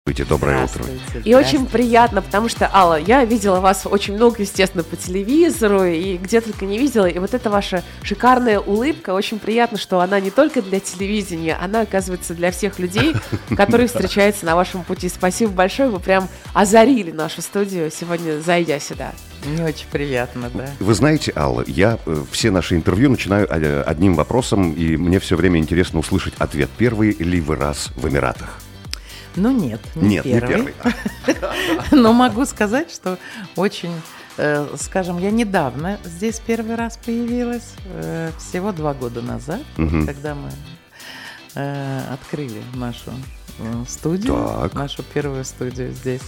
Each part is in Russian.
Доброе утро. И очень приятно, потому что, Алла, я видела вас очень много, естественно, по телевизору, и где только не видела, и вот эта ваша шикарная улыбка, очень приятно, что она не только для телевидения, она, оказывается, для всех людей, которые встречаются на вашем пути. Спасибо большое, вы прям озарили нашу студию сегодня, зайдя сюда. Мне очень приятно, да. Вы знаете, Алла, я все наши интервью начинаю одним вопросом, и мне все время интересно услышать ответ. Первый ли вы раз в Эмиратах? Ну нет, не первый. Но могу сказать, что очень, скажем, я недавно здесь первый раз появилась, всего 2 года назад, когда мы открыли нашу студию, нашу первую студию здесь.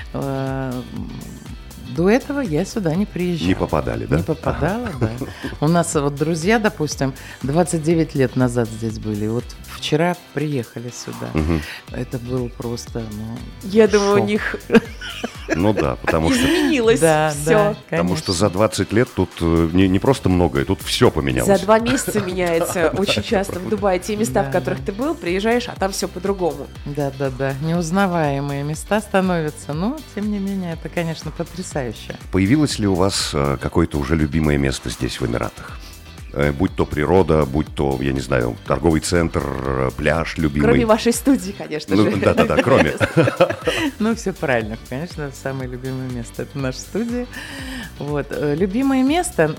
До этого я сюда не приезжала. Не попадали, да? Не попадала, да. У нас вот друзья, допустим, 29 лет назад здесь были. Вот вчера приехали сюда. Это было просто, я думаю, у них... Ну да, потому что... Изменилось все. Потому что за 20 лет тут не просто многое, тут все поменялось. За 2 месяца меняется очень часто в Дубае. Те места, в которых ты был, приезжаешь, а там все по-другому. Да. Неузнаваемые места становятся, но, тем не менее, это, конечно, потрясающе. Появилось ли у вас какое-то уже любимое место здесь, в Эмиратах? Будь то природа, будь то, я не знаю, торговый центр, пляж любимый. Кроме вашей студии, конечно же. Да, кроме. Ну, все правильно. Конечно, самое любимое место – это наша студия. Вот. Любимое место,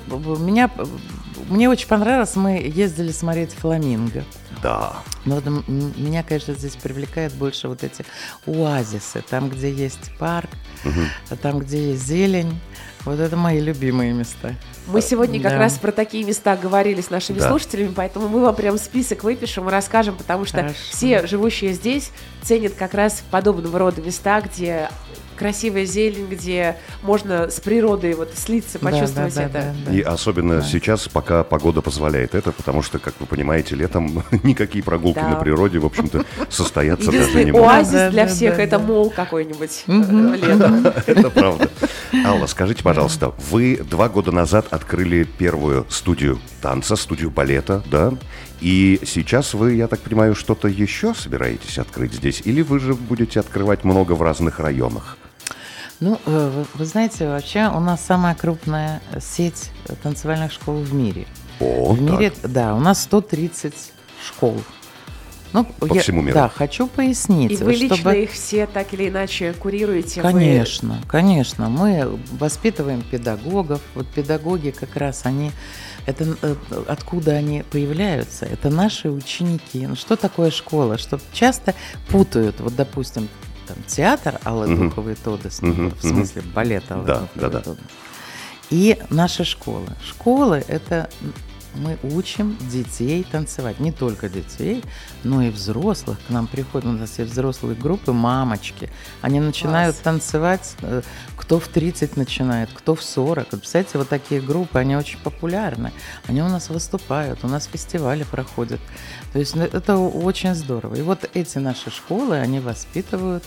мне очень понравилось, мы ездили смотреть фламинго. Да. Но вот меня, конечно, здесь привлекает больше вот эти оазисы, там, где есть парк, там, где есть зелень. Вот это мои любимые места. Мы сегодня как раз про такие места говорили с нашими слушателями, поэтому мы вам прям список выпишем и расскажем, потому что все живущие здесь ценят как раз подобного рода места, где красивая зелень, где можно с природой вот слиться, почувствовать это. И особенно сейчас, пока погода позволяет это, потому что, как вы понимаете, летом никакие прогулки на природе, в общем-то, состояться даже не могут. Оазис для всех это мол какой-нибудь летом. Это правда. Алла, скажите, пожалуйста, вы 2 года назад открыли первую студию танца, студию балета, да? И сейчас вы, я так понимаю, что-то еще собираетесь открыть здесь? Или вы же будете открывать много в разных районах? Ну, вы знаете, вообще у нас самая крупная сеть танцевальных школ в мире. В мире, да, у нас 130 школ. Ну, по всему миру. Да, хочу пояснить. И вы лично их все так или иначе курируете? Конечно. Мы воспитываем педагогов. Вот педагоги как раз они... Это откуда они появляются? Это наши ученики. Ну, что такое школа? Что часто путают, вот, допустим, там, театр Аллы Духовой Тодос, в смысле балета Аллы Духовой Тодос, и наши школы. Школы – это мы учим детей танцевать. Не только детей, но и взрослых. К нам приходят, у нас есть взрослые группы, мамочки. Они начинают танцевать, кто в 30 начинает, кто в 40. Представляете, вот такие группы, они очень популярны. Они у нас выступают, у нас фестивали проходят. То есть это очень здорово. И вот эти наши школы, они воспитывают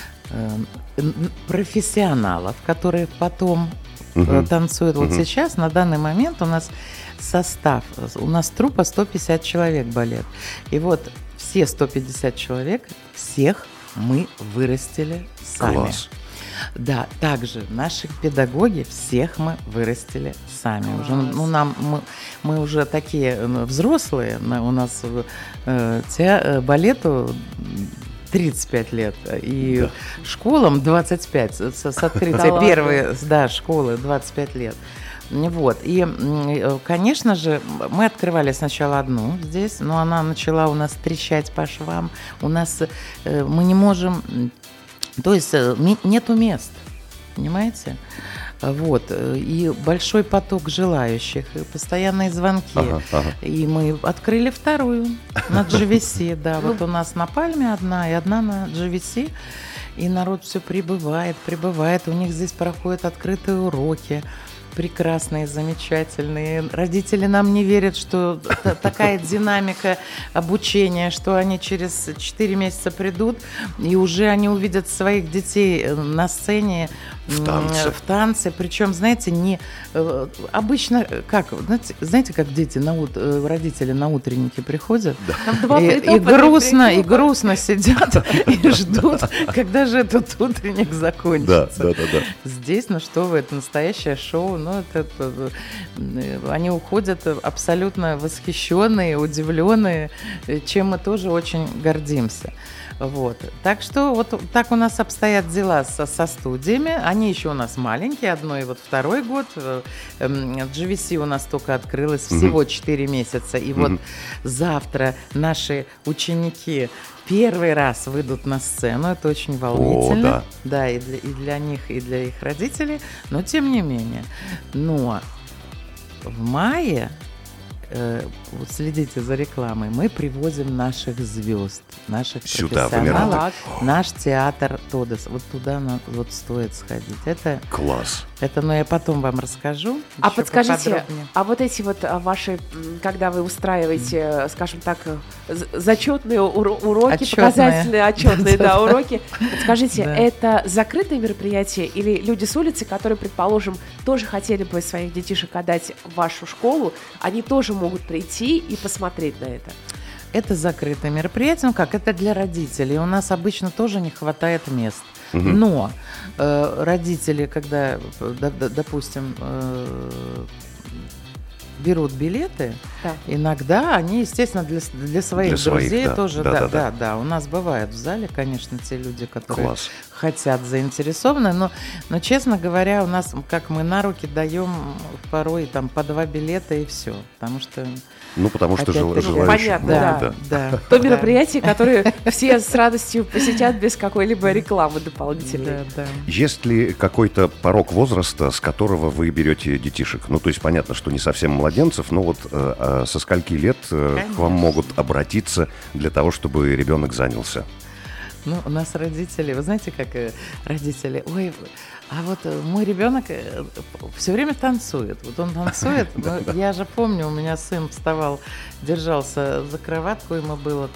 профессионалов, которые потом танцуют. Вот сейчас, на данный момент, у нас состав, у нас труппа 150 человек балет. И вот все 150 человек, всех мы вырастили сами. Класс. Да, также наши педагоги, всех мы вырастили сами. Уже, мы уже такие взрослые, у нас балету 35 лет, и школам 25, с открытия первой школы 25 лет. Вот. И, конечно же, мы открывали сначала одну здесь, но она начала у нас трещать по швам. У нас мы не можем, то есть нету мест, понимаете? Вот. И большой поток желающих, и постоянные звонки. И мы открыли вторую на GVC. Да, вот у нас на Пальме одна и одна на GVC. И народ все прибывает. У них здесь проходят открытые уроки. прекрасные, замечательные. Родители нам не верят, что такая динамика обучения, что они через 4 месяца придут, и уже они увидят своих детей на сцене в танце. Причем, знаете, не обычно как, знаете, как дети родители на утренники приходят, и грустно сидят и ждут, когда же этот утренник закончится. Да. Здесь, что вы, это настоящее шоу, они уходят абсолютно восхищенные, удивленные, чем мы тоже очень гордимся. Вот. Так что вот так у нас обстоят дела со студиями. Они еще у нас маленькие, одной вот второй год. GVC у нас только открылось всего 4 месяца. И вот завтра наши ученики первый раз выйдут на сцену. Это очень волнительно. Да, и для них, и для их родителей. Но тем не менее. Но в мае, вот следите за рекламой, мы привозим наших звезд, наших сюда, профессионалов, наш театр Тодос. Вот туда вот стоит сходить. Это класс. Это, я потом вам расскажу. А подскажите, а вот эти вот ваши, когда вы устраиваете, скажем так, зачетные уроки, показательные, отчетные уроки, подскажите, это закрытое мероприятие или люди с улицы, которые, предположим, тоже хотели бы своих детишек отдать в вашу школу, они тоже могут прийти и посмотреть на это? Это закрытое мероприятие, это для родителей. У нас обычно тоже не хватает мест. Но родители, когда, допустим, берут билеты, иногда они, естественно, для своих друзей тоже. Да. У нас бывают в зале, конечно, те люди, которые хотят, заинтересованы, но, честно говоря, у нас, как мы на руки даем порой по 2 билета и все, потому что... потому что желающих много. Да. То мероприятие, которое все с радостью посетят без какой-либо рекламы дополнительной. Да. Есть ли какой-то порог возраста, с которого вы берете детишек? То есть понятно, что не совсем младенцев, но со скольки лет к вам могут обратиться для того, чтобы ребенок занялся? У нас родители, вы знаете, как родители, а вот мой ребенок все время танцует. Вот он танцует, я же помню, у меня сын вставал, держался за кроватку, ему было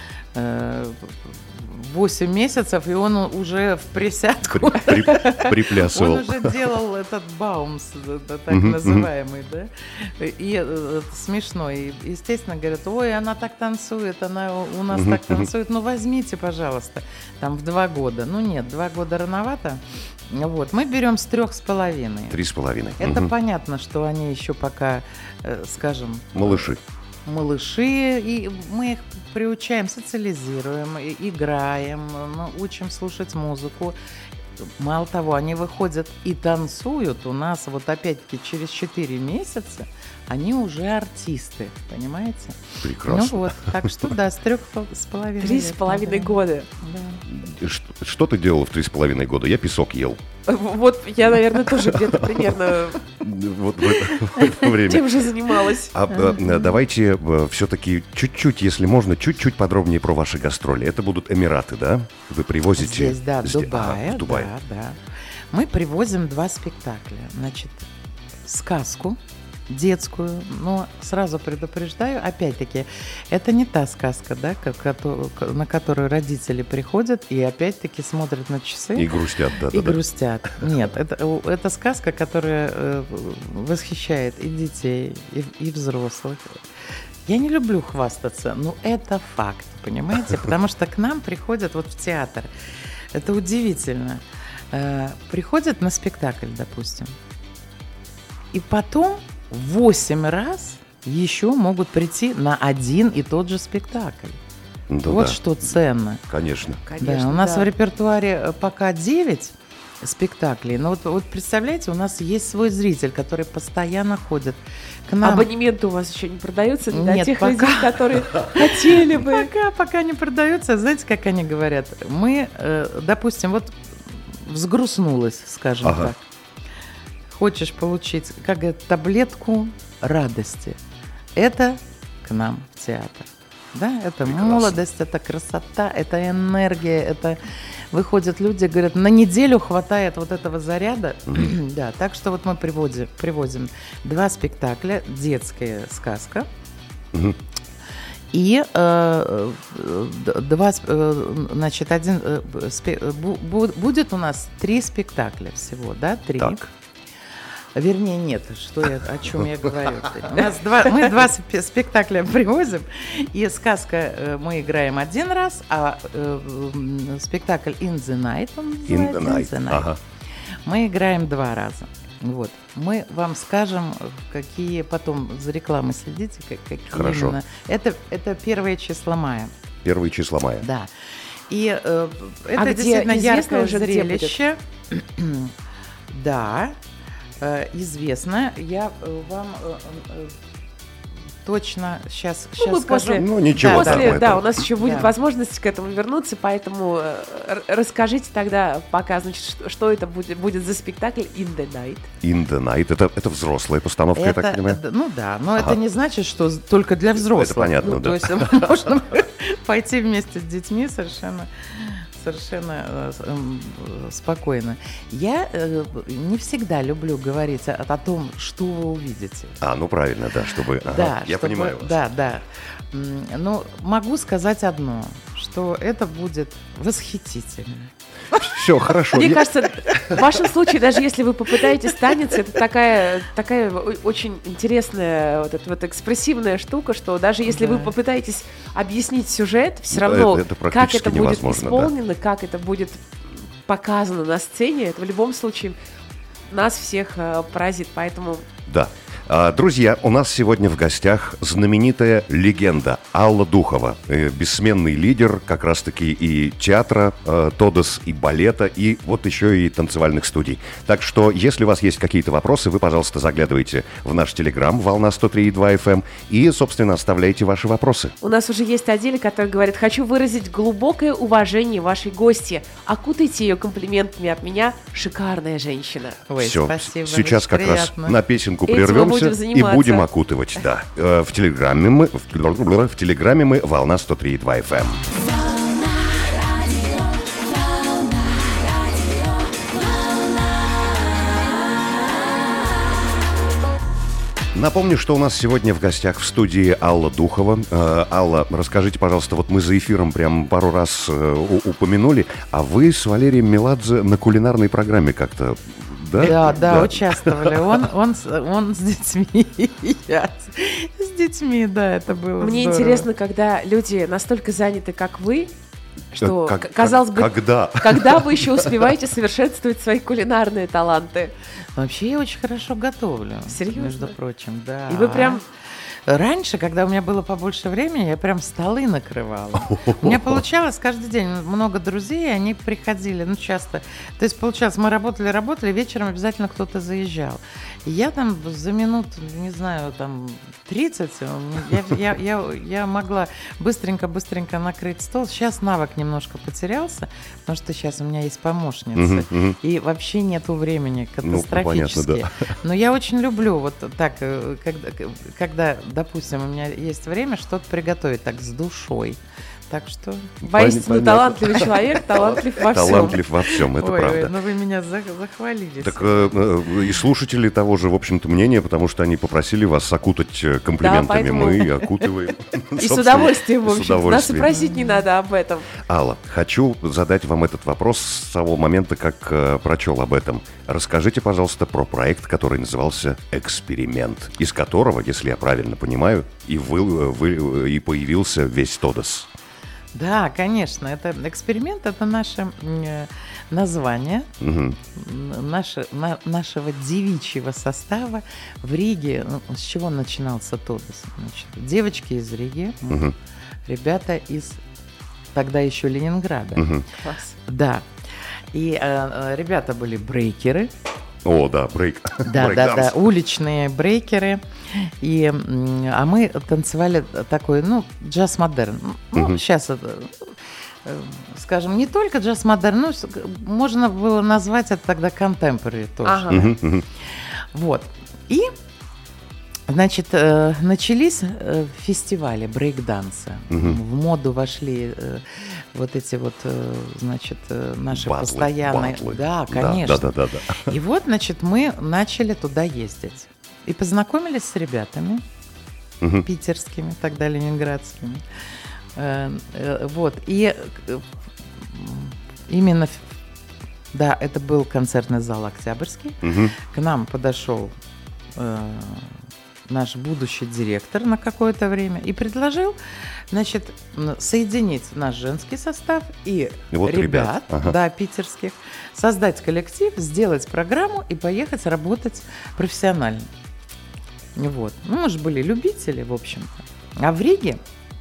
8 месяцев, и он уже в присядку приплясывал. Он уже делал этот баумс, так называемый, да? И смешно. И, естественно, говорят, она так танцует, она у нас так танцует. Возьмите, пожалуйста, в 2 года. Нет, 2 года рановато. Вот, мы берем с 3,5. 3,5. Это понятно, что они еще пока, скажем... Малыши, и мы их приучаем, социализируем, играем, учим слушать музыку. Мало того, они выходят и танцуют у нас, опять-таки, через 4 месяца они уже артисты, понимаете? Прекрасно. Так что, с 3,5 3,5 года. Да. Что ты делала в 3,5 года? Я песок ел. Я, наверное, тоже где-то примерно в это время. Тем же занималась. Давайте все-таки чуть-чуть, если можно, чуть-чуть подробнее про ваши гастроли. Это будут Эмираты, да? Вы привозите... Здесь, в Дубае. Да. Мы привозим 2 спектакля. Сказку детскую, но сразу предупреждаю, опять-таки, это не та сказка, на которую родители приходят и опять-таки смотрят на часы. И грустят, грустят. Нет, это сказка, которая восхищает и детей, и взрослых. Я не люблю хвастаться, но это факт, понимаете? Потому что к нам приходят в театр. Это удивительно. Приходят на спектакль, допустим, и потом 8 раз еще могут прийти на один и тот же спектакль. Что ценно. Конечно. У нас в репертуаре пока 9 спектаклей. Но представляете, у нас есть свой зритель, который постоянно ходит к нам. Абонементы у вас еще не продаются для тех людей, которые хотели бы? Пока не продаются. Знаете, как они говорят? Мы, допустим, взгрустнулась, скажем так. Хочешь получить, таблетку радости. Это к нам в театр. Да, это молодость, это красота, это энергия, это выходят люди, говорят, на неделю хватает вот этого заряда. Да, так что вот мы привозим 2 спектакля. Детская сказка. И будет у нас 3 спектакля всего, да, 3. Так. Вернее, нет, о чем я говорю. Мы 2 спектакля привозим, и сказка мы играем 1 раз, а спектакль In the Night, In the Night. Ага. Мы играем 2 раза. Вот. Мы вам скажем, какие потом за рекламой следите, какие Хорошо. именно. Это 1 число мая. 1 числа мая. Да. И это действительно яркое зрелище. Да. Известно. Я вам точно сейчас скажу. Ну, ничего. Да, у нас еще будет возможность к этому вернуться, поэтому расскажите тогда пока, значит, что это будет за спектакль In the Night. In the Night. Это взрослая постановка, я так понимаю? Ну да, но это не значит, что только для взрослых. Это понятно, да. То есть можно пойти вместе с детьми совершенно спокойно. Я не всегда люблю говорить о том, что вы увидите. Ну правильно, да, чтобы... Да, я понимаю вас. Да. Но могу сказать одно, что это будет восхитительно. Все, хорошо. Мне кажется, в вашем случае, даже если вы попытаетесь танец, это такая очень интересная, вот экспрессивная штука, что даже если вы попытаетесь объяснить сюжет, все равно, как это будет исполнено, как это будет показано на сцене, это в любом случае нас всех поразит, поэтому... Да. Друзья, у нас сегодня в гостях знаменитая легенда Алла Духова, бессменный лидер как раз-таки и театра Тодос, и балета, и вот еще и танцевальных студий. Так что, если у вас есть какие-то вопросы, вы, пожалуйста, заглядывайте в наш телеграм «Волна 103,2 FM» и, собственно, оставляйте ваши вопросы. У нас уже есть отдел, который говорит: «Хочу выразить глубокое уважение вашей гости. Окутайте ее комплиментами от меня. Шикарная женщина». Ой, все, спасибо, сейчас как приятно. раз на песенку прервемся и будем окутывать, да. В телеграме мы «Волна 103,2 FM». Напомню, что у нас сегодня в гостях в студии Алла Духова. Алла, расскажите, пожалуйста, вот мы за эфиром прям пару раз упомянули, а вы с Валерием Меладзе на кулинарной программе как-то... Да, участвовали. Он с детьми, я с детьми, да, это было Мне здорово. интересно, когда люди настолько заняты, как вы, что, казалось бы, когда вы еще успеваете совершенствовать свои кулинарные таланты? Вообще я очень хорошо готовлю. Серьезно? Между прочим, да. И вы прям... Раньше, когда у меня было побольше времени, я прям столы накрывала. У меня получалось каждый день. Много друзей, они приходили, часто. То есть получалось, мы работали, вечером обязательно кто-то заезжал. И я там за минут, не знаю, 30, я могла быстренько накрыть стол. Сейчас навык немножко потерялся, потому что сейчас у меня есть помощница. И вообще нету времени, катастрофически. Понятно, да. Но я очень люблю вот так, когда допустим, у меня есть время что-то приготовить так с душой. Так что... Воистину талантливый человек, талантлив во всем. Талантлив во всем, это правда. Ну вы меня захвалили. Так и слушатели того же, в общем-то, мнения, потому что они попросили вас окутать комплиментами. Да, поэтому... Мы окутываем. И с удовольствием, в общем. Нас и просить не надо об этом. Алла, хочу задать вам этот вопрос с того момента, как прочел об этом. Расскажите, пожалуйста, про проект, который назывался «Эксперимент», из которого, если я правильно понимаю, и появился весь Тодос. Да, конечно. Это эксперимент, это наше название нашего девичьего состава в Риге. С чего начинался Тодос? Девочки из Риги, ребята из тогда еще Ленинграда. Класс. Да. И ребята были брейкеры. О, да, брейк. Да, уличные брейкеры. А мы танцевали такой, джаз-модерн. Сейчас это, скажем, не только джаз-модерн, можно было назвать это тогда contemporary тоже. Ага. Вот. И Значит, начались фестивали брейк-данса. В моду вошли вот эти вот, значит, наши Батлы, постоянные... батлы. Да, конечно. Да. И вот, значит, мы начали туда ездить. И познакомились с ребятами питерскими, тогда ленинградскими. Вот. И именно... Да, это был концертный зал «Октябрьский». К нам подошел наш будущий директор на какое-то время и предложил, значит, соединить наш женский состав и вот ребят, ага. да, питерских, создать коллектив, сделать программу и поехать работать профессионально. Вот. Ну, мы же были любители, в общем-то. А в Риге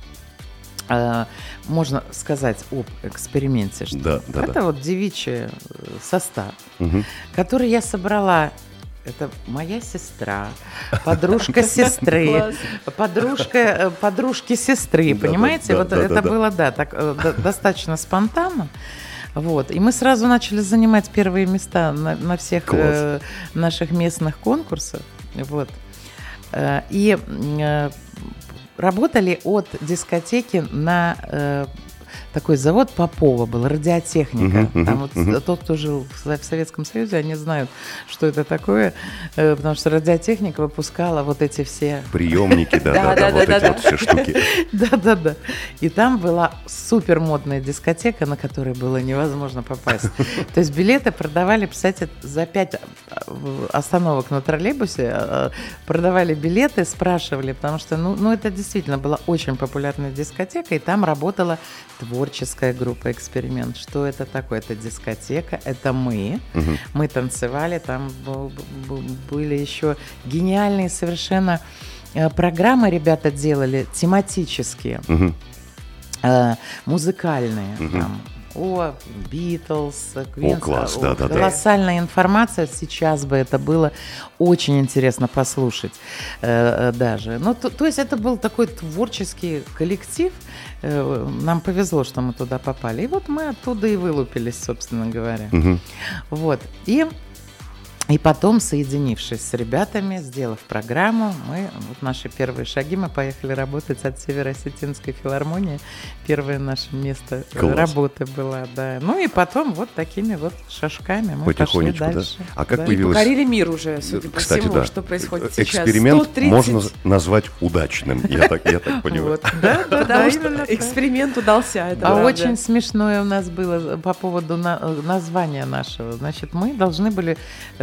можно сказать об эксперименте, что это вот девичий состав, который я собрала. Это моя сестра, подружка сестры, подружки сестры, понимаете? Вот это было, так достаточно спонтанно. Вот. И мы сразу начали занимать первые места на всех наших местных конкурсах. Вот. И работали от дискотеки на... Такой завод Попова был, радиотехника. Там вот тот, кто жил в Советском Союзе, они знают, что это такое, потому что радиотехника выпускала вот эти все... Приемники, вот эти вот все штуки. Да. И там была супер модная дискотека, на которую было невозможно попасть. То есть билеты продавали, представляете, за 5 остановок на троллейбусе продавали билеты, спрашивали, потому что, ну это действительно была очень популярная дискотека, и там работала творческая группа «Эксперимент». Что это такое? Это дискотека, это мы. Мы танцевали, там были еще гениальные совершенно программы ребята делали, тематические, музыкальные. Там, о Битлз, Квинс. Класс, колоссальная информация. Сейчас бы это было очень интересно послушать даже. Ну, то есть это был такой творческий коллектив. Нам повезло, что мы туда попали. И вот мы оттуда и вылупились, собственно говоря. Вот. И потом, соединившись с ребятами, сделав программу, вот наши первые шаги, мы поехали работать от Северо-Осетинской филармонии. Первое наше место работы было, да. Ну и потом вот такими вот шажками мы пошли дальше. Да? А как появилось... Покорили мир уже, судя по всему, что происходит сейчас. Эксперимент 130... можно назвать удачным, я так понимаю. Потому что эксперимент удался. А очень смешное у нас было по поводу названия нашего. Значит, мы должны были...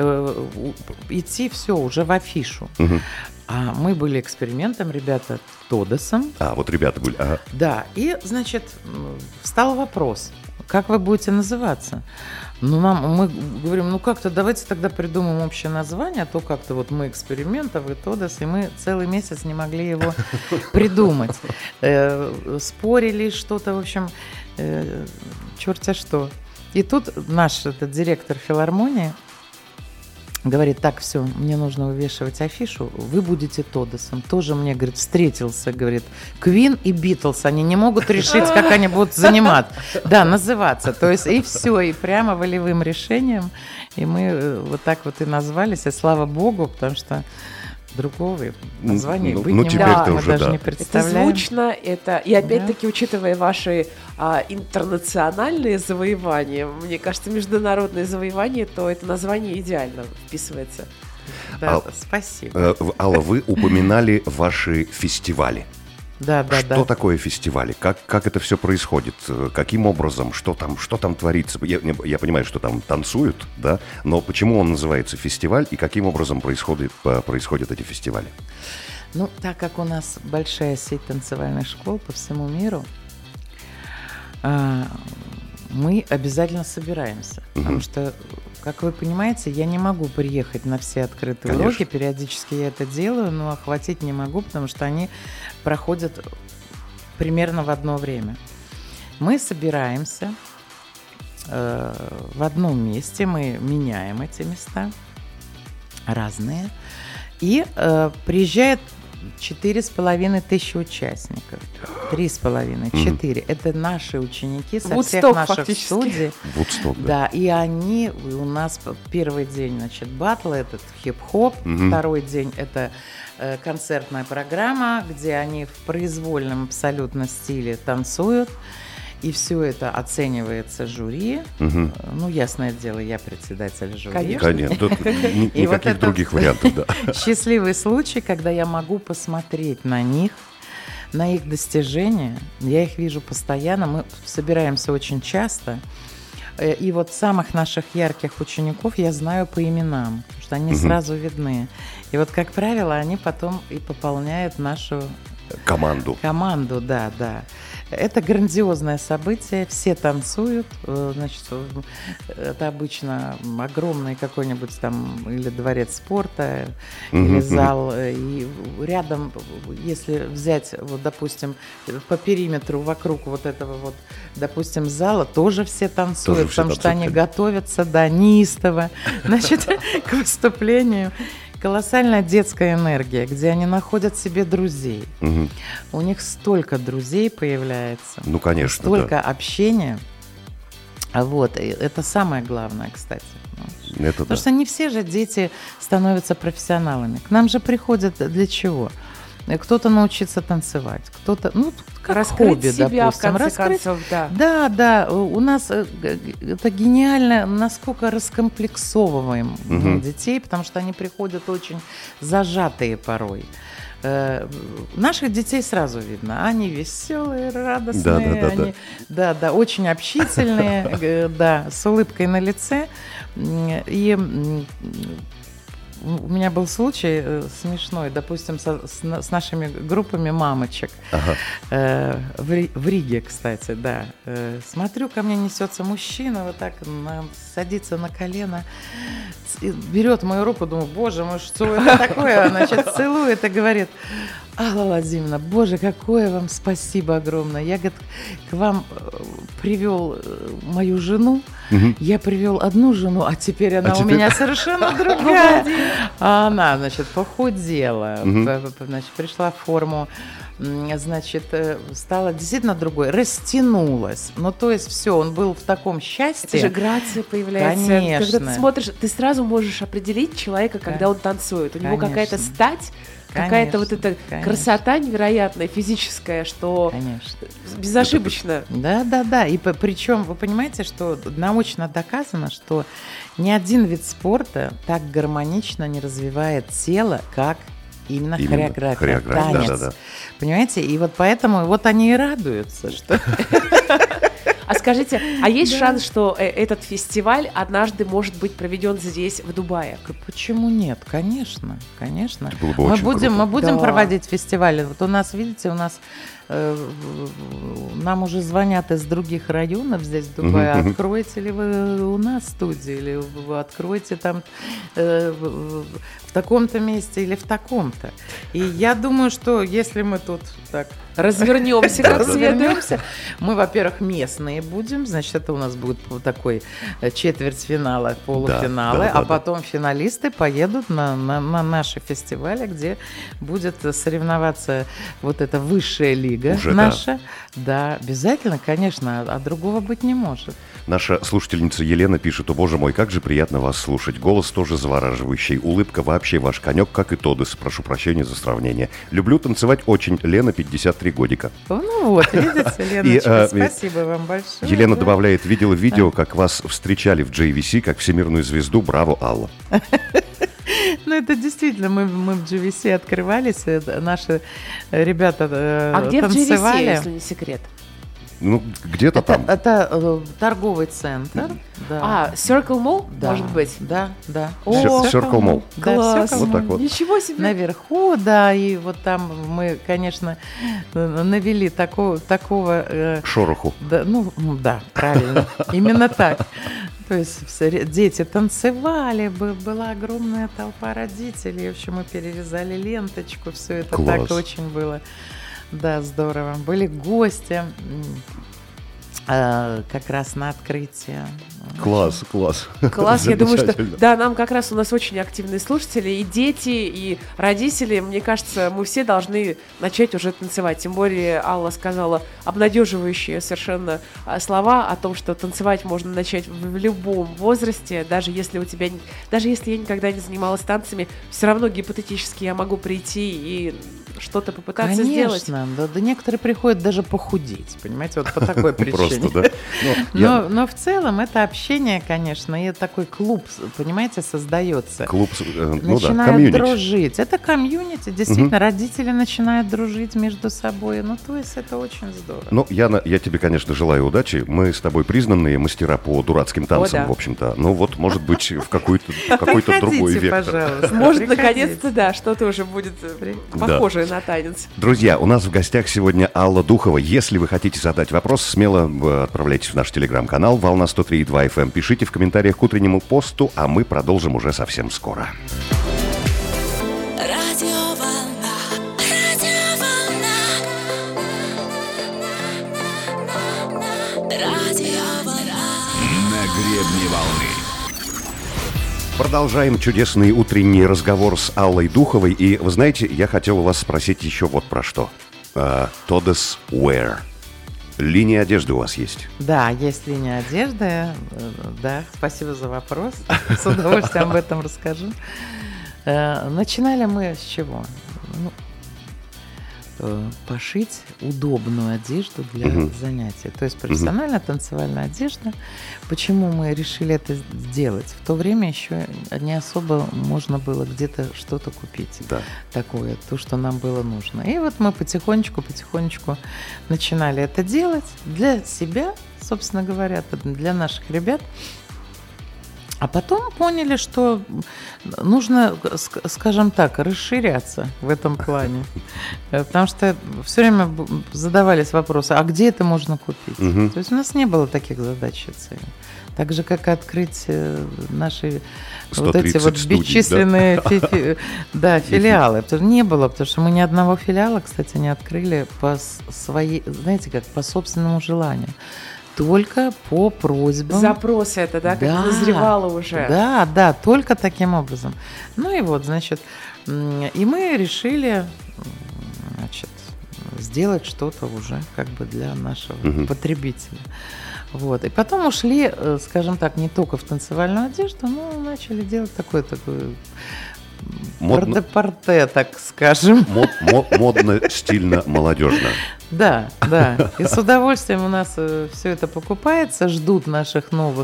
идти все уже в афишу. А мы были экспериментом, ребята, Тодосом. Вот ребята были. Да, и, значит, встал вопрос, как вы будете называться? Мы говорим, как-то давайте тогда придумаем общее название, а то как-то вот мы эксперимент, а вы Тодос, и мы целый месяц не могли его придумать. Спорили что-то, в общем, черт-а что. И тут наш директор филармонии говорит, так, все, мне нужно вывешивать афишу, вы будете Тодосом. Тоже мне, говорит, встретился, говорит, Квин и Битлз, они не могут решить, как они будут называться. То есть и все, и прямо волевым решением, и мы вот так вот и назвались, и слава богу, потому что другого названия быть не может, мы даже не представляем. Это звучно, и опять-таки, учитывая ваши интернациональные завоевания, мне кажется, международные завоевания, то это название идеально вписывается. Да, спасибо. Алла, вы упоминали ваши фестивали. Да. Что такое фестивали? Как это все происходит? Каким образом? Что там творится? Я понимаю, что там танцуют, да? Но почему он называется фестиваль и каким образом происходят эти фестивали? Ну, так как у нас большая сеть танцевальных школ по всему миру, мы обязательно собираемся. Потому что, как вы понимаете, я не могу приехать на все открытые уроки. Периодически я это делаю, но охватить не могу, потому что они проходят примерно в одно время. Мы собираемся в одном месте, мы меняем эти места, разные, и приезжает 4500 участников. 3,5, 4. Это наши ученики со всех Вудсток наших фактически. студий. Вудсток, да. Да, и они у нас первый день, значит, батл, этот хип-хоп, второй день это концертная программа, где они в произвольном абсолютно стиле танцуют. И все это оценивается жюри. Ну, ясное дело, я председатель жюри. Конечно. Тут И вот никаких это других вариантов, да. счастливый случай, когда я могу посмотреть на них, на их достижения. Я их вижу постоянно. Мы собираемся очень часто. И вот самых наших ярких учеников я знаю по именам, потому что они сразу видны. И вот, как правило, они потом и пополняют нашу команду, да. Это грандиозное событие, все танцуют, значит, это обычно огромный какой-нибудь там или дворец спорта, или зал, и рядом, если взять, вот, допустим, по периметру вокруг вот этого вот, допустим, зала, тоже все танцуют, потому что они готовятся, да, неистово, значит, к выступлению. Колоссальная детская энергия, где они находят себе друзей. У них столько друзей появляется. Ну, конечно, столько общения. Вот, и это самое главное, кстати. Потому что не все же дети становятся профессионалами. К нам же приходят для чего? Кто-то научиться танцевать, кто-то, ну, как раскрыть хобби, себя, допустим. в конце концов, да. Да, у нас это гениально, насколько раскомплексовываем детей, потому что они приходят очень зажатые порой. Наших детей сразу видно, они веселые, радостные, они, да, очень общительные, да, с улыбкой на лице. И у меня был случай смешной, допустим, с нашими группами мамочек в Риге, кстати, да. Смотрю, ко мне несется мужчина, вот так садится на колено, берет мою руку, думаю, боже мой, что это такое? Значит, целует и говорит: Алла Владимировна, боже, какое вам спасибо огромное. Я, говорит, к вам привел мою жену, я привел одну жену, а теперь она у меня совершенно другая. А она, значит, похудела, значит, пришла в форму, значит, стала действительно другой, растянулась. Ну, то есть все, он был в таком счастье. Это же грация появляется. Конечно. Когда ты смотришь, ты сразу можешь определить человека, когда он танцует. У него какая-то стать, какая-то вот эта красота невероятная, физическая, что безошибочно. Да. И причем вы понимаете, что научно доказано, что ни один вид спорта так гармонично не развивает тело, как именно хореография, танец. Да. Понимаете? И вот поэтому вот они и радуются, что... А скажите, а есть шанс, что этот фестиваль однажды может быть проведен здесь, в Дубае? Почему нет? Конечно. Было бы Мы будем проводить фестивали. Вот у нас, видите, нам уже звонят из других районов здесь, в Дубае. Откроете ли вы у нас студию, или вы откроете там в таком-то месте или в таком-то. И я думаю, что если мы тут так развернемся как следует, мы, во-первых, местные будем, значит, это у нас будет такой четвертьфинала, полуфиналы, а потом финалисты поедут на наши фестивали, где будет соревноваться вот эта высшая лига уже, наша. Да, обязательно, конечно, а другого быть не может. Наша слушательница Елена пишет: «О, боже мой, как же приятно вас слушать. Голос тоже завораживающий. Улыбка вообще ваш конек, как и Тодес. Прошу прощения за сравнение. Люблю танцевать очень. Лена, 53 годика». Ну вот, видите, Леночка, спасибо вам большое. Елена добавляет: видела видео, как вас встречали в JVC, как всемирную звезду. Браво, Алла. Ну, это действительно, мы в GVC открывались, наши ребята танцевали. А где в GVC, если не секрет? Ну, где-то там. Это торговый центр. Да. Circle Mall, может быть? Да. Circle Mall. Класс. Вот так вот. Ничего себе. Наверху, да, и вот там мы, конечно, навели такого... Шороху. Да, правильно. Именно так. То есть дети танцевали, была огромная толпа родителей. В общем, мы перерезали ленточку, все это так очень было. Да, здорово. Были гости. как раз на открытие. Класс, класс. Класс, я думаю, что Замечательно. да, нам как раз у нас очень активные слушатели, и дети, и родители. Мне кажется, мы все должны начать уже танцевать. Тем более Алла сказала обнадеживающие совершенно слова о том, что танцевать можно начать в любом возрасте, даже если я никогда не занималась танцами, все равно гипотетически я могу прийти и что-то попытаться сделать. Конечно, да, некоторые приходят даже похудеть, понимаете, вот по такой причине. Просто, да. Но в целом это общение, конечно, и такой клуб, понимаете, создается. Клуб, Начинают комьюнити. дружить. Это комьюнити, действительно, родители начинают дружить между собой. Ну, то есть это очень здорово. Ну, я тебе, конечно, желаю удачи. Мы с тобой признанные мастера по дурацким танцам, да. в общем-то. Ну вот, может быть, в какой-то другой Приходите, вектор. пожалуйста. Может, приходите. наконец-то, да, что-то уже будет похожее на танец. Друзья, у нас в гостях сегодня Алла Духова. Если вы хотите задать вопрос, смело отправляйтесь в наш телеграм-канал «Волна 103.2 FM». Пишите в комментариях к утреннему посту, а мы продолжим уже совсем скоро. На гребне волны. Продолжаем чудесный утренний разговор с Аллой Духовой. И, вы знаете, я хотел у вас спросить еще вот про что. Todd's Wear. Линия одежды у вас есть? Да, есть линия одежды. Да, спасибо за вопрос. С удовольствием об этом расскажу. Начинали мы с чего? Пошить удобную одежду для занятий. То есть профессиональная танцевальная одежда. Почему мы решили это сделать? В то время еще не особо можно было где-то что-то купить. Да. Такое, то, что нам было нужно. И вот мы потихонечку начинали это делать для себя, собственно говоря, для наших ребят. А потом поняли, что нужно, скажем так, расширяться в этом плане. Потому что все время задавались вопросы, а где это можно купить? То есть у нас не было таких задач и целей. Так же, как и открыть наши вот эти вот студий, бесчисленные филиалы. Не было, потому что мы ни одного филиала, кстати, не открыли по своей, знаете, как по собственному желанию. Только по просьбам. Запрос это, да, как назревало уже. Да, только таким образом. Ну и вот, значит, и мы решили, значит, сделать что-то уже как бы для нашего потребителя. Вот. И потом ушли, скажем так, не только в танцевальную одежду, но начали делать такое порте, так скажем. Модно, стильно, молодежно. Да. И с удовольствием у нас все это покупается, ждут наших новых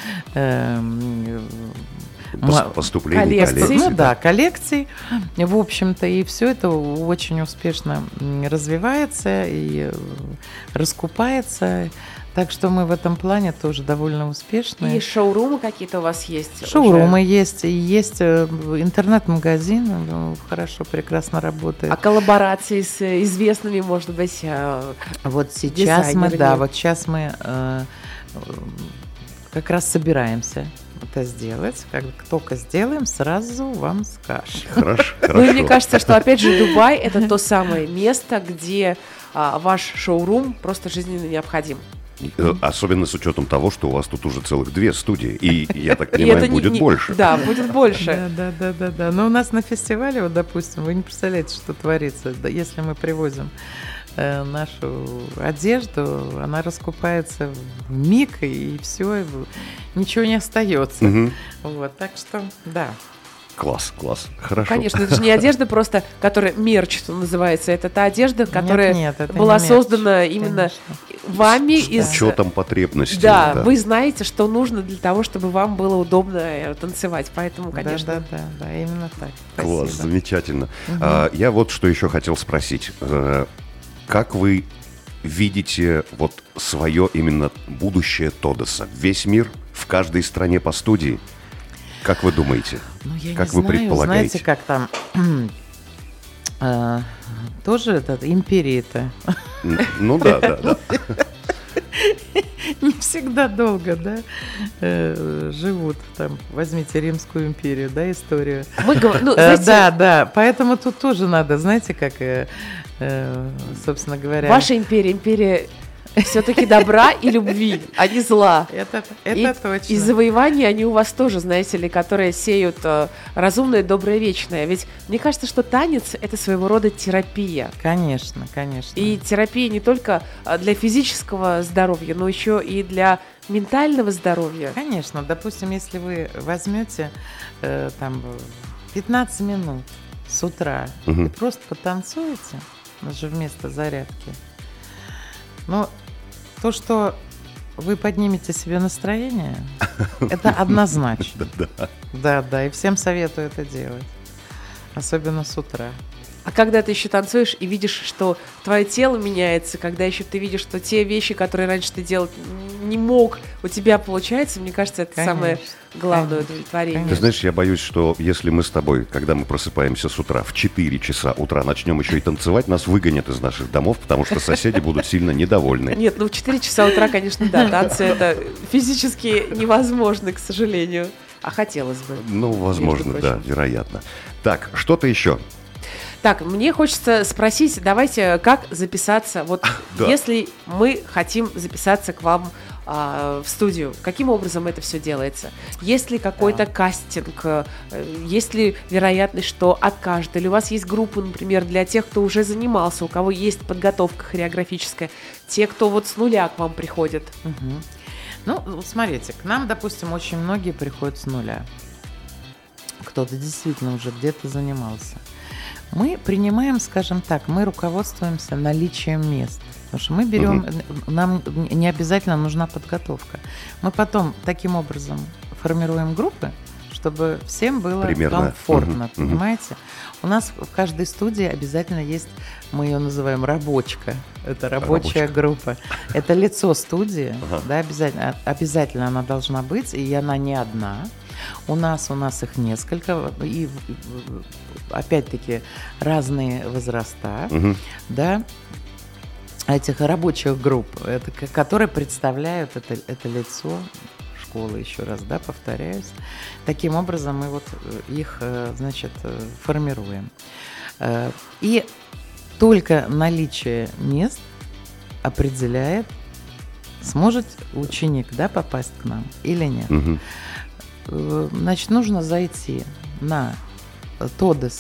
поступлений, коллекций. Коллекций. В общем-то, и все это очень успешно развивается и раскупается. Так что мы в этом плане тоже довольно успешны. И шоурумы какие-то у вас есть? Шоурумы есть, и есть интернет-магазин, хорошо, прекрасно работает. А коллаборации с известными, может быть, вот сейчас дизайнерами? мы как раз собираемся это сделать. Как только сделаем, сразу вам скажем. Хорошо. Ну и мне кажется, что опять же Дубай – это то самое место, где ваш шоурум просто жизненно необходим. Особенно с учетом того, что у вас тут уже целых 2 студии. И, я так понимаю, будет больше. Да, будет больше. Да. Но у нас на фестивале, вот, допустим, вы не представляете, что творится. Если мы привозим нашу одежду, она раскупается в миг, и все, ничего не остается. Вот, так что, да. Класс, хорошо. Конечно, это же не одежда просто, которая мерч, что называется. Это та одежда, которая это была не мерч, создана именно вами. С учетом потребностей. Да, вы знаете, что нужно для того, чтобы вам было удобно танцевать. Поэтому, конечно. Да, именно так. Класс, Спасибо. замечательно. Я вот что еще хотел спросить. Как вы видите вот свое именно будущее Тоддеса? Весь мир, в каждой стране по студии? Как вы думаете? Я как не вы знаю, предполагаете? знаете, как там тоже империи-то Ну да. не всегда долго, да, живут. Там, возьмите Римскую империю, да, историю. Да, поэтому тут тоже надо, знаете, как, собственно говоря... Ваша империя все-таки добра и любви, а не зла. Это И точно. завоевания, они у вас тоже, знаете ли, которые сеют разумное, доброе, вечное. Ведь мне кажется, что танец – это своего рода терапия. Конечно, конечно. И терапия не только для физического здоровья, но еще и для ментального здоровья. Конечно, допустим, если вы возьмете там 15 минут с утра и просто потанцуете, даже вместо зарядки, но то, что вы поднимете себе настроение, это однозначно. Да, и всем советую это делать, особенно с утра. А когда ты еще танцуешь и видишь, что твое тело меняется, когда еще ты видишь, что те вещи, которые раньше ты делать не мог, у тебя получается, мне кажется, это самое главное удовлетворение. Ты знаешь, я боюсь, что если мы с тобой, когда мы просыпаемся с утра, в 4 часа утра начнем еще и танцевать, нас выгонят из наших домов, потому что соседи будут сильно недовольны. Нет, ну в 4 часа утра, конечно, да, танцы это физически невозможно, к сожалению. А хотелось бы. Ну, возможно, да, вероятно. Так, что-то еще? Так, мне хочется спросить, давайте, как записаться, вот Да. если мы хотим записаться к вам в студию, каким образом это все делается? Есть ли какой-то кастинг? Есть ли вероятность, что откажут? Или у вас есть группа, например, для тех, кто уже занимался, у кого есть подготовка хореографическая, те, кто вот с нуля к вам приходят? Мгм. Ну, вот смотрите, к нам, допустим, очень многие приходят с нуля. Кто-то действительно уже где-то занимался. Мы принимаем, скажем так, мы руководствуемся наличием мест. Потому что мы берем, нам не обязательно нужна подготовка. Мы потом таким образом формируем группы, чтобы всем было Примерно. комфортно, понимаете? У нас в каждой студии обязательно есть, мы ее называем рабочка. Это рабочая группа. Это лицо студии, да, обязательно она должна быть, и она не одна. У нас их несколько, и опять-таки разные возраста, да, этих рабочих групп, которые представляют это лицо школы, еще раз, да, повторяюсь. Таким образом мы вот их, значит, формируем. И только наличие мест определяет, сможет ученик, да, попасть к нам или нет. Значит, нужно зайти на Todes.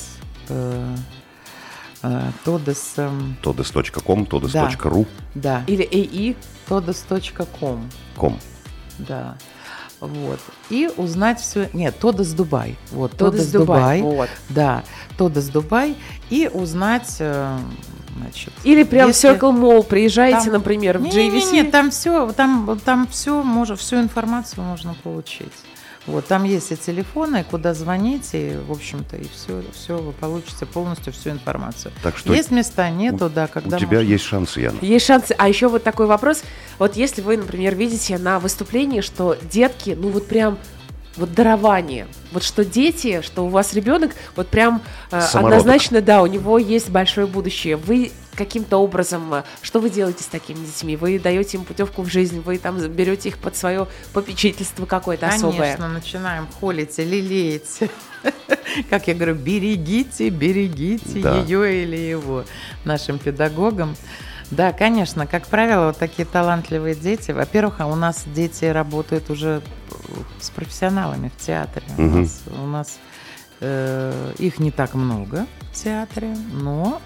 Todes.com, todes.ru. Да. Или AI? Todes.com. Ком. Да. Вот. И узнать все. Нет, Todes Dubai. Вот, Todes Dubai. Вот. Да, Todes Dubai. И узнать, значит. Или прям в если... Circle Mall приезжаете, там... например, в JVC. Нет, там все, всю информацию можно получить. Вот, там есть и телефоны, куда звонить, и, в общем-то, и все вы получите полностью всю информацию. Так что есть места, нету, да, когда у тебя можно... есть шансы, Яна. Есть шансы. А еще вот такой вопрос. Вот если вы, например, видите на выступлении, что детки, ну вот прям вот дарование. Вот что дети, что у вас ребенок, вот прям однозначно, да, у него есть большое будущее. Вы каким-то образом, что вы делаете с такими детьми? Вы даете им путевку в жизнь, вы там берете их под свое попечительство какое-то особое? Конечно, начинаем холить, лелеять. Как я говорю, берегите Да. ее или его нашим педагогам. Да, конечно, как правило, вот такие талантливые дети. Во-первых, у нас дети работают уже с профессионалами в театре. У нас их не так много в театре, но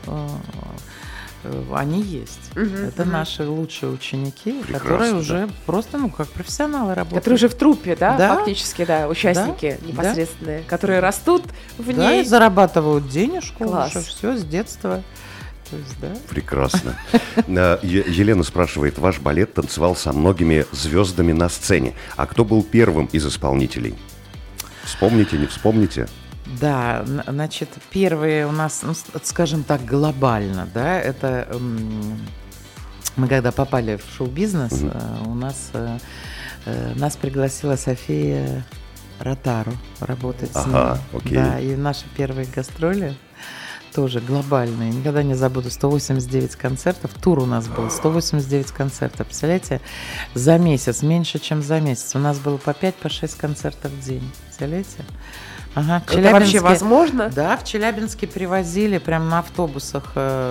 они есть. Это наши лучшие ученики, которые уже просто, как профессионалы работают. Которые уже в труппе, да, Да. фактически, да, участники Да. непосредственные, которые растут в Да, ней. и зарабатывают денежку Класс. уже все с детства. То есть, да. Прекрасно. Елена спрашивает, ваш балет танцевал со многими звездами на сцене. А кто был первым из исполнителей? Вспомните, не вспомните? Да, значит, первые у нас, ну, скажем так, глобально, да, это мы когда попали в шоу-бизнес, у нас пригласила София Ротару работать с ней. Окей. Да, и наши первые гастроли тоже глобальные. Никогда не забуду, 189 концертов. Тур у нас был, 189 концертов. Представляете, за месяц, меньше, чем за месяц. У нас было по 5-6 концертов в день. Представляете? Ага, в Это вообще возможно? Да, в Челябинске привозили прямо на автобусах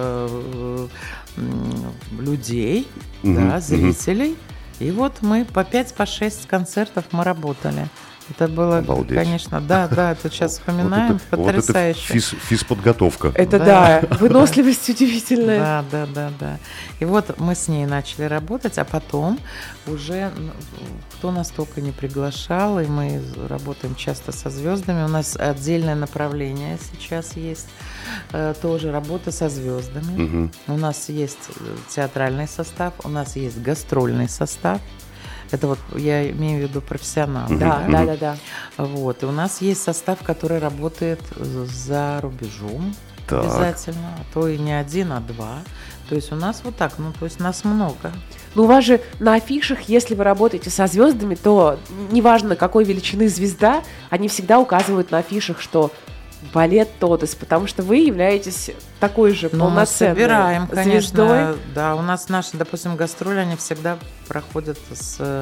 людей, да, зрителей. И вот мы по 5-6 концертов мы работали. Это было, Обалдеть. Конечно, да, это сейчас вспоминаем, потрясающе. Вот это физподготовка. Это да, выносливость удивительная. Да. И вот мы с ней начали работать, а потом уже кто нас только не приглашал, и мы работаем часто со звездами. У нас отдельное направление сейчас есть, тоже работа со звездами. У нас есть театральный состав, у нас есть гастрольный состав. Это вот я имею в виду профессионалов. Да. Вот. И у нас есть состав, который работает за рубежом. Так. Обязательно. А то и не один, а два. То есть у нас вот так, то есть нас много. Ну, у вас же на афишах, если вы работаете со звездами, то неважно, какой величины звезда, они всегда указывают на афишах, что балет Тодес, потому что вы являетесь такой же полноценной собираем, конечно, звездой. Да, у нас наши, допустим, гастроли, они всегда проходят с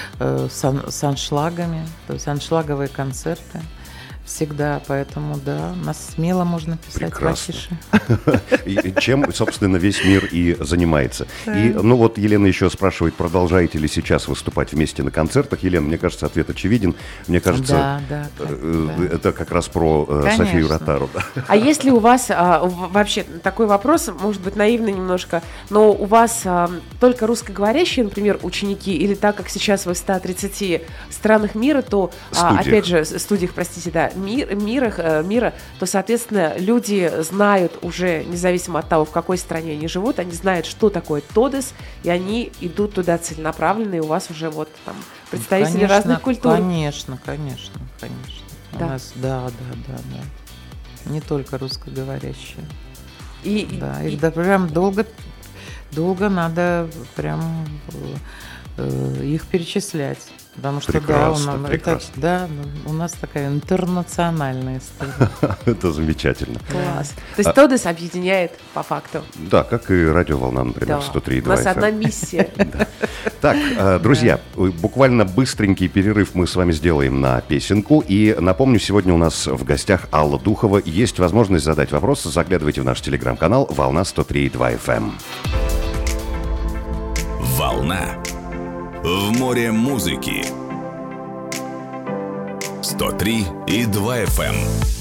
аншлагами, то есть аншлаговые концерты. Всегда, поэтому, да, нас смело можно писать Прекрасно. в афише. Чем, собственно, весь мир и занимается. И, вот Елена еще спрашивает, продолжаете ли сейчас выступать вместе на концертах. Елена, мне кажется, ответ очевиден. Мне кажется, это как раз про Софию Ротару. А если у вас, вообще такой вопрос, может быть, наивный немножко, но у вас только русскоговорящие, например, ученики, или так как сейчас вы в 130 странах мира, то, опять же, студиях, простите, да, мира, то, соответственно, люди знают уже, независимо от того, в какой стране они живут, они знают, что такое Тодес, и они идут туда целенаправленно, и у вас уже вот там представители разных культур. Конечно. Да. У нас, да. Не только русскоговорящие. Их прям долго надо прям их перечислять. Потому что у нас такая интернациональная история. Это замечательно. Класс. То есть Тодес объединяет по факту. Да, как и радиоволна, например, 103,2 FM. У нас одна миссия. Так, друзья, буквально быстренький перерыв мы с вами сделаем на песенку. И напомню, сегодня у нас в гостях Алла Духова. Есть возможность задать вопросы. Заглядывайте в наш телеграм-канал «Волна 103,2 FM». Волна. В море музыки. 103,2 FM.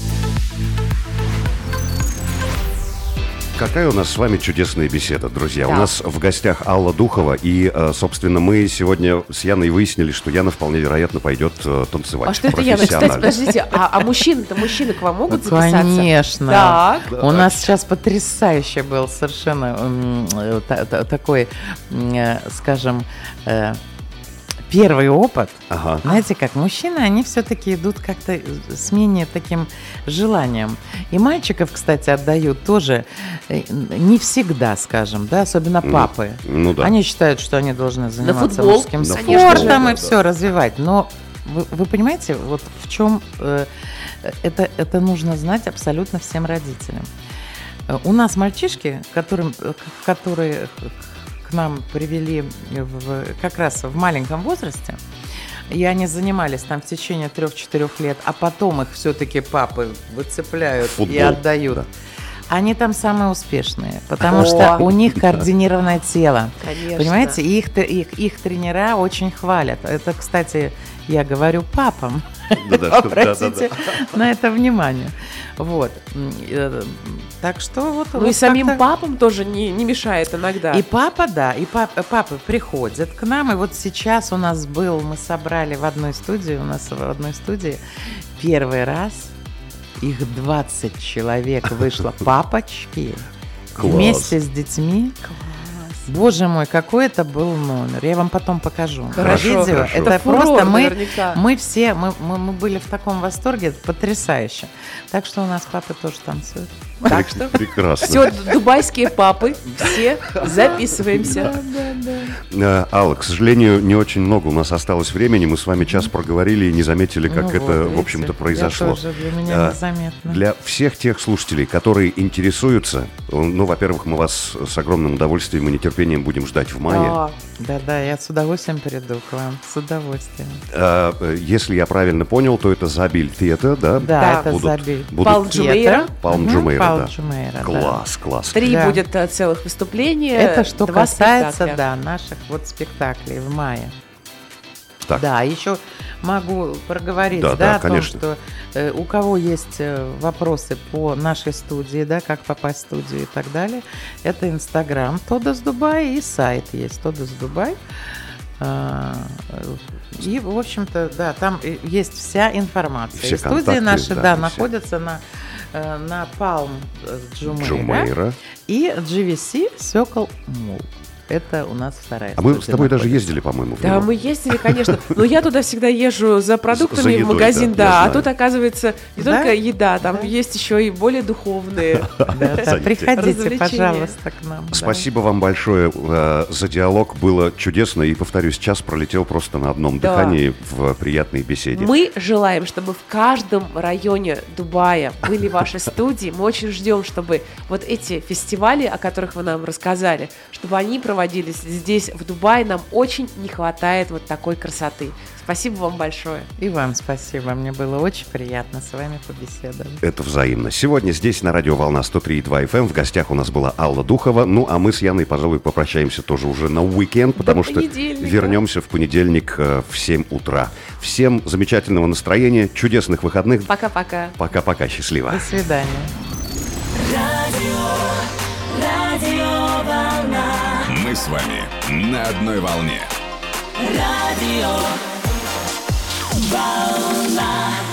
Какая у нас с вами чудесная беседа, друзья. Да. У нас в гостях Алла Духова. И, собственно, мы сегодня с Яной выяснили, что Яна вполне вероятно пойдет танцевать. А что это Яна? Кстати, подождите, а мужчины-то к вам могут записаться? Конечно. Так. У нас сейчас потрясающий был совершенно такой, скажем, первый опыт. Ага. Знаете, как мужчины, они все-таки идут как-то с менее таким желанием. И мальчиков, кстати, отдают тоже не всегда, скажем, да, особенно папы. Ну да. Они считают, что они должны заниматься футбол, мужским конечно, спортом да. и все развивать. Но вы понимаете, вот в чем это нужно знать абсолютно всем родителям. У нас мальчишки, которые к нам привели как раз в маленьком возрасте, и они занимались там в течение 3-4 лет, а потом их все-таки папы выцепляют и отдают. Да. Они там самые успешные, потому что у них координированное тело. Конечно. Понимаете, и их тренера очень хвалят. Это, кстати, я говорю папам. Обратите на это внимание. Вот. Так что вот. Ну и самим папам тоже не мешает иногда. И папа, да, и папы приходят к нам. И вот сейчас у нас мы собрали в одной студии, первый раз их 20 человек вышло, папочки, вместе с детьми. Боже мой, какой это был номер. Я вам потом покажу. Хорошо. Видео. Хорошо. Это фурор, просто наверняка. мы все были в таком восторге, это потрясающе. Так что у нас папы тоже танцуют. Так что прекрасно. Все, дубайские папы, все записываемся. Алла, к сожалению, не очень много у нас осталось времени. Мы с вами час проговорили и не заметили, как это, в общем-то, произошло. Для меня незаметно. Для всех тех слушателей, которые интересуются, ну, во-первых, мы вас с огромным удовольствием и нетерпением нетерпением будем ждать в мае. Да, я с удовольствием приду к вам, с удовольствием. Если я правильно понял, то это Забиль Театр, да? Да, это Забиль. Палм Джумейра. Палм Джумейра, да. Класс. 3 будет целых выступления. Это что 2 касается, спектакля. наших вот спектаклей в мае. Так. Да, еще могу проговорить, Да, о том, конечно. что у кого есть вопросы по нашей студии, да, как попасть в студию и так далее, это Инстаграм Тодос Дубай и сайт есть Тодос Дубай. И, в общем-то, да, там есть вся информация. Все и студии контакты, наши, да, находятся на Палм Джумейра и GVC Circle Mall. Это у нас вторая А мы студия с тобой даже находится. ездили, по-моему, в Да, него. мы ездили, конечно. Но я туда всегда езжу за продуктами За едой, в магазин, да, я а знаю. тут, оказывается, не Да? только еда, там Да. есть еще и более духовные. Да, приходите, Развлечения. пожалуйста, к нам. да. Спасибо вам большое за диалог. Было чудесно. И, повторюсь, час пролетел просто на одном Да. дыхании в приятной беседе. Мы желаем, чтобы в каждом районе Дубая были ваши студии. Мы очень ждем, чтобы вот эти фестивали, о которых вы нам рассказали, чтобы они проводились здесь, в Дубае. Нам очень не хватает вот такой красоты. Спасибо вам большое. И вам спасибо. Мне было очень приятно с вами побеседовать. Это взаимно. Сегодня здесь, на радио «Волна» 103,2 FM, в гостях у нас была Алла Духова. Ну, а мы с Яной, пожалуй, попрощаемся тоже уже на уикенд, потому что понедельника. вернемся в понедельник в 7 утра. Всем замечательного настроения, чудесных выходных. Пока-пока. Пока-пока, счастливо. До свидания. Мы с вами на одной волне. Радио Волна.